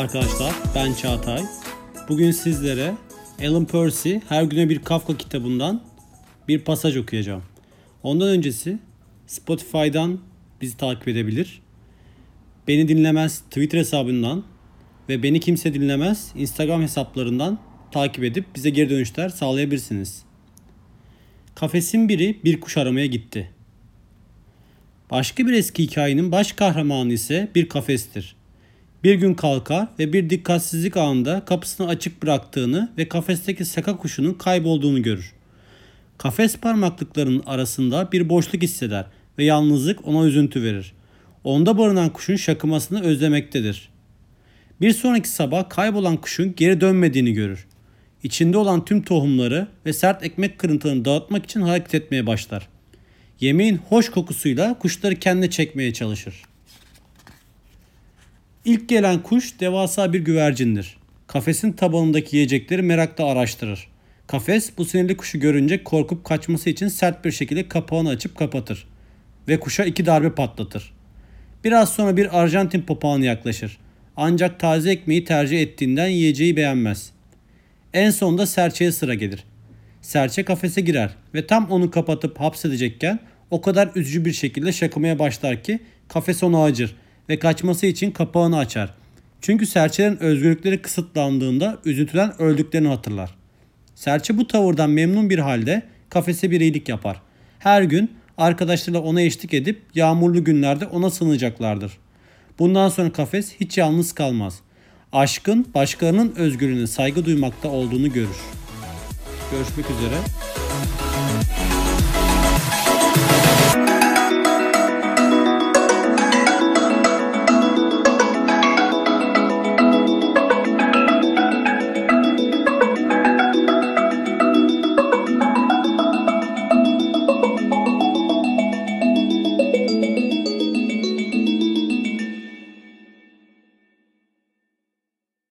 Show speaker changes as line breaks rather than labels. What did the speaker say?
Merhaba arkadaşlar, ben Çağatay. Bugün sizlere Alan Percy Her Güne Bir Kafka kitabından bir pasaj okuyacağım. Ondan öncesi Spotify'dan bizi takip edebilir. Beni dinlemez Twitter hesabından ve beni kimse dinlemez Instagram hesaplarından takip edip bize geri dönüşler sağlayabilirsiniz. Kafesin biri bir kuş aramaya gitti. Başka bir eski hikayenin baş kahramanı ise bir kafestir. Bir gün kalkar ve bir dikkatsizlik anında kapısını açık bıraktığını ve kafesteki saka kuşunun kaybolduğunu görür. Kafes parmaklıklarının arasında bir boşluk hisseder ve yalnızlık ona üzüntü verir. Onda barınan kuşun şakımasını özlemektedir. Bir sonraki sabah kaybolan kuşun geri dönmediğini görür. İçinde olan tüm tohumları ve sert ekmek kırıntılarını dağıtmak için hareket etmeye başlar. Yemeğin hoş kokusuyla kuşları kendine çekmeye çalışır. İlk gelen kuş devasa bir güvercindir. Kafesin tabanındaki yiyecekleri merakla araştırır. Kafes bu sinirli kuşu görünce korkup kaçması için sert bir şekilde kapağını açıp kapatır. Ve kuşa 2 darbe patlatır. Biraz sonra bir Arjantin papağanı yaklaşır. Ancak taze ekmeği tercih ettiğinden yiyeceği beğenmez. En sonunda serçeye sıra gelir. Serçe kafese girer ve tam onu kapatıp hapsedecekken o kadar üzücü bir şekilde şakımaya başlar ki kafes onu acır ve kaçması için kapağını açar. Çünkü serçelerin özgürlükleri kısıtlandığında üzüntüden öldüklerini hatırlar. Serçe bu tavırdan memnun bir halde kafese bir iyilik yapar. Her gün arkadaşlarıyla ona eşlik edip yağmurlu günlerde ona sığınacaklardır. Bundan sonra kafes hiç yalnız kalmaz. Aşkın başkalarının özgürlüğüne saygı duymakta olduğunu görür. Görüşmek üzere.